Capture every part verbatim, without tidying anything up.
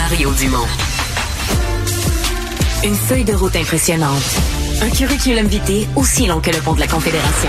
Mario Dumont. Une feuille de route impressionnante. Un curriculum vitae aussi long que le pont de la Confédération.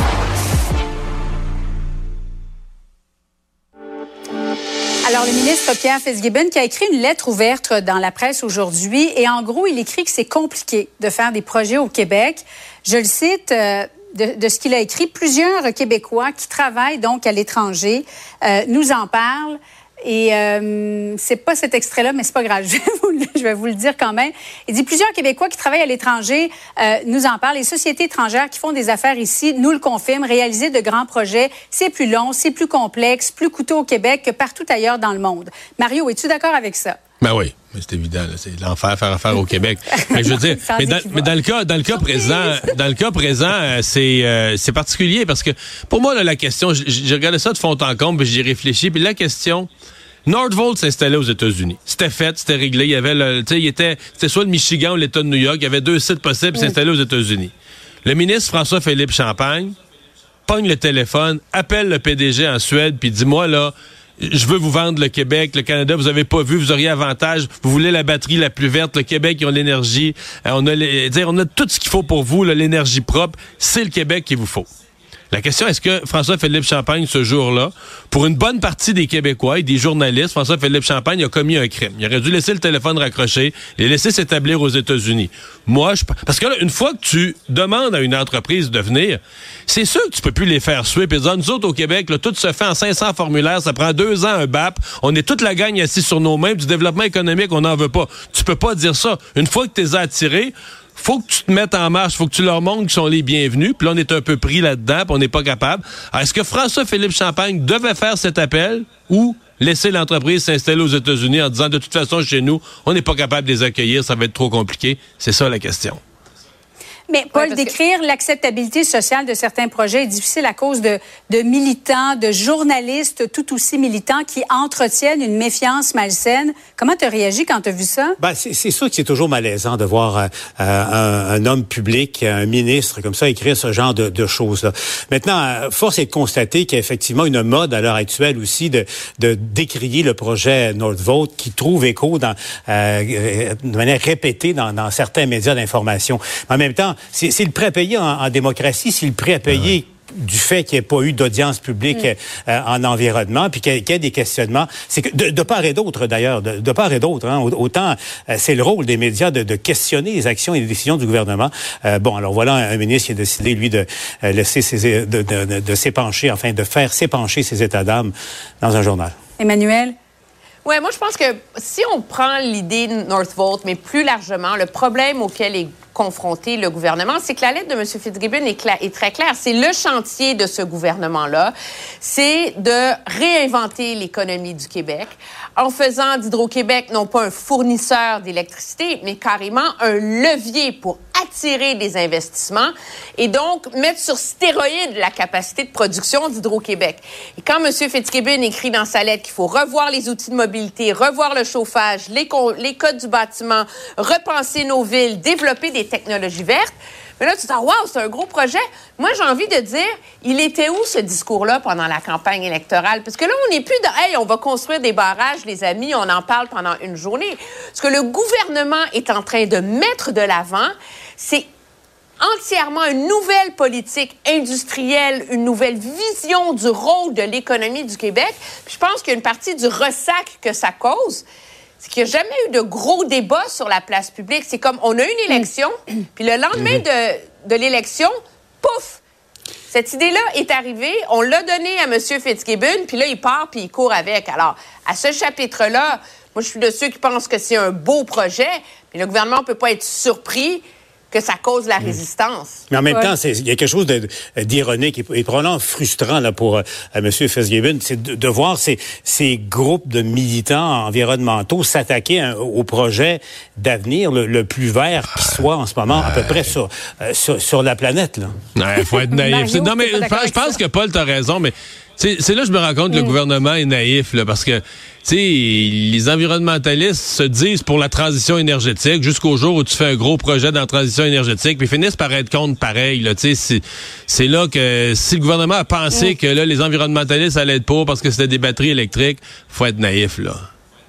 Alors, le ministre Pierre Fitzgibbon qui a écrit une lettre ouverte dans la presse aujourd'hui et en gros, il écrit que c'est compliqué de faire des projets au Québec. Je le cite euh, de, de ce qu'il a écrit. Plusieurs Québécois qui travaillent donc à l'étranger euh, nous en parlent. Et euh, c'est pas cet extrait-là, mais c'est pas grave. Je vais, vous le, je vais vous le dire quand même. Il dit plusieurs Québécois qui travaillent à l'étranger euh, nous en parlent. Les sociétés étrangères qui font des affaires ici nous le confirment. Réaliser de grands projets, c'est plus long, c'est plus complexe, plus coûteux au Québec que partout ailleurs dans le monde. Mario, es-tu d'accord avec ça? Ben oui, mais c'est évident, là, c'est l'enfer faire affaire au Québec. Mais je veux dire, mais dans, mais dans le cas, dans le cas présent, dans le cas présent, euh, c'est euh, c'est particulier parce que pour moi là, la question, j'ai regardé ça de fond en comble, puis j'y réfléchi, puis la question. Northvolt s'installait aux États-Unis. C'était fait, c'était réglé. Il y avait le, tu sais, il était, c'était soit le Michigan ou l'État de New York. Il y avait deux sites possibles. Il s'installait aux États-Unis. Le ministre François-Philippe Champagne pogne le téléphone, appelle le P D G en Suède, puis dit moi là, je veux vous vendre le Québec, le Canada. Vous avez pas vu, vous auriez avantage. Vous voulez la batterie la plus verte, le Québec, ils ont l'énergie. Euh, on a, les, on a tout ce qu'il faut pour vous, là, l'énergie propre. C'est le Québec qu'il vous faut. La question, est-ce que François-Philippe Champagne, ce jour-là, pour une bonne partie des Québécois et des journalistes, François-Philippe Champagne a commis un crime. Il aurait dû laisser le téléphone raccroché et laisser s'établir aux États-Unis. Moi, je... Parce que là, une fois que tu demandes à une entreprise de venir, c'est sûr que tu peux plus les faire suer. Puis dire, nous autres, au Québec, là, tout se fait en cinq cents formulaires, ça prend deux ans un B A P, on est toute la gang assise sur nos mains, du développement économique, on n'en veut pas. Tu peux pas dire ça. Une fois que tu les as attirés, faut que tu te mettes en marche, faut que tu leur montres qu'ils sont les bienvenus. Puis là, on est un peu pris là-dedans, puis on n'est pas capable. Alors, est-ce que François-Philippe Champagne devait faire cet appel ou laisser l'entreprise s'installer aux États-Unis en disant, de toute façon, chez nous, on n'est pas capable de les accueillir, ça va être trop compliqué? C'est ça la question. Mais Paul, ouais, décrire que... l'acceptabilité sociale de certains projets est difficile à cause de, de militants, de journalistes tout aussi militants qui entretiennent une méfiance malsaine. Comment tu as réagi quand tu as vu ça? Ben, c'est, c'est sûr que c'est toujours malaisant de voir euh, un, un homme public, un ministre comme ça, écrire ce genre de, de choses-là. Maintenant, force est de constater qu'il y a effectivement une mode à l'heure actuelle aussi de, de décrier le projet Northvolt qui trouve écho dans, euh, de manière répétée dans, dans certains médias d'information. Mais en même temps, C'est, c'est le prêt à payer en, en démocratie, c'est le prêt à payer ah ouais. du fait qu'il n'y ait pas eu d'audience publique mm. euh, en environnement, puis qu'il y, ait, qu'il y ait des questionnements. C'est que de, de part et d'autre, d'ailleurs, de, de part et d'autre, hein, autant euh, c'est le rôle des médias de, de questionner les actions et les décisions du gouvernement. Euh, bon, alors voilà un, un ministre qui a décidé, lui, de euh, laisser ses, de, de, de, de s'épancher, enfin, de faire s'épancher ses états d'âme dans un journal. Emmanuel? Oui, moi, je pense que si on prend l'idée de Northvolt, mais plus largement, le problème auquel est confronté le gouvernement, c'est que la lettre de M. Fitzgibbon est, cla- est très claire. C'est le chantier de ce gouvernement-là. C'est de réinventer l'économie du Québec en faisant d'Hydro-Québec non pas un fournisseur d'électricité, mais carrément un levier pour attirer des investissements et donc mettre sur stéroïde la capacité de production d'Hydro-Québec. Et quand M. Fitzgibbon écrit dans sa lettre qu'il faut revoir les outils de mobilité, revoir le chauffage, les, co- les codes du bâtiment, repenser nos villes, développer des technologies vertes, mais là, tu te dis, waouh, c'est un gros projet. Moi, j'ai envie de dire, il était où ce discours-là pendant la campagne électorale? Parce que là, on n'est plus de, hey, on va construire des barrages, les amis, on en parle pendant une journée. Ce que le gouvernement est en train de mettre de l'avant, c'est entièrement une nouvelle politique industrielle, une nouvelle vision du rôle de l'économie du Québec. Puis je pense qu'il y a une partie du ressac que ça cause, c'est qu'il n'y a jamais eu de gros débats sur la place publique. C'est comme, on a une élection, puis le lendemain de, de l'élection, pouf! Cette idée-là est arrivée, on l'a donnée à M. Fitzgibbon, puis là, il part, puis il court avec. Alors, à ce chapitre-là, moi, je suis de ceux qui pensent que c'est un beau projet, mais le gouvernement ne peut pas être surpris que ça cause la résistance. Mais en même ouais. temps, il y a quelque chose de, d'ironique et, et probablement frustrant là, pour euh, M. Fitzgibbon, c'est de, de voir ces, ces groupes de militants environnementaux s'attaquer hein, au projet d'avenir le, le plus vert qui soit en ce moment à peu près sur, euh, sur, sur la planète. Là. Ouais, faut être naïf. Mario, non, mais je pense que Paul, t'as raison, mais c'est, c'est là que je me rends compte que mm. le gouvernement est naïf, là, parce que tu sais, les environnementalistes se disent pour la transition énergétique jusqu'au jour où tu fais un gros projet dans la transition énergétique, puis finissent par être contre pareil. Là, tu sais, c'est, c'est là que si le gouvernement a pensé mm. que là les environnementalistes allaient être pour parce que c'était des batteries électriques, faut être naïf là.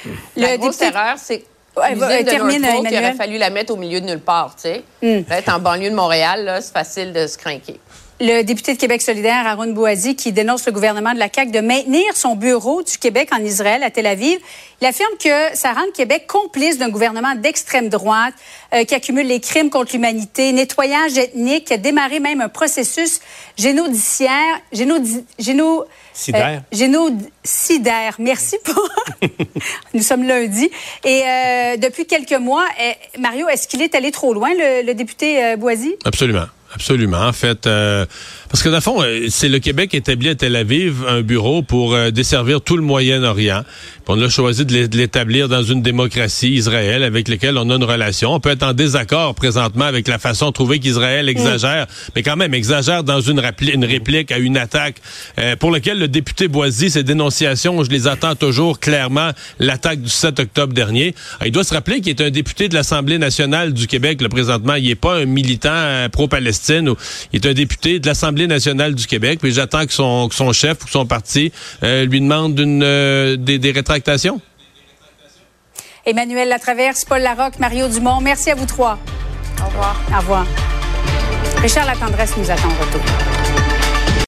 La grosse député... erreur, c'est Ouais, l'usine de termine, Northvolt, il Emmanuel. aurait fallu la mettre au milieu de nulle part, tu sais. Mm. Là, être en banlieue de Montréal, là, c'est facile de se craquer. Le député de Québec solidaire, Haroun Bouazi, qui dénonce le gouvernement de la C A Q de maintenir son bureau du Québec en Israël, à Tel Aviv. Il affirme que ça rend le Québec complice d'un gouvernement d'extrême droite euh, qui accumule les crimes contre l'humanité, nettoyage ethnique, qui a démarré même un processus génodiciaire, génodi, géno, Sidaire. Euh, génocidaire. Merci pour... Nous sommes lundi. Et euh, depuis quelques mois, eh, Mario, est-ce qu'il est allé trop loin, le, le député euh, Bouazi? Absolument. Absolument. En fait, euh, parce que dans le fond, c'est le Québec établi à Tel Aviv un bureau pour euh, desservir tout le Moyen-Orient. On a choisi de l'établir dans une démocratie, Israël, avec laquelle on a une relation. On peut être en désaccord présentement avec la façon de trouver qu'Israël exagère, mmh. mais quand même exagère dans une, rappli- une réplique à une attaque euh, pour laquelle le député Bouazi, ses dénonciations, je les attends toujours clairement, l'attaque du sept octobre dernier. Alors, il doit se rappeler qu'il est un député de l'Assemblée nationale du Québec, là, présentement. Il n'est pas un militant euh, pro-Palestine. Ou, il est un député de l'Assemblée nationale du Québec. Puis j'attends que son, que son chef ou que son parti euh, lui demande une, euh, des, des rétractations. Emmanuel Latraverse, Paul Larocque, Mario Dumont, merci à vous trois. Au revoir. Au revoir. Richard Latendresse nous attend au retour.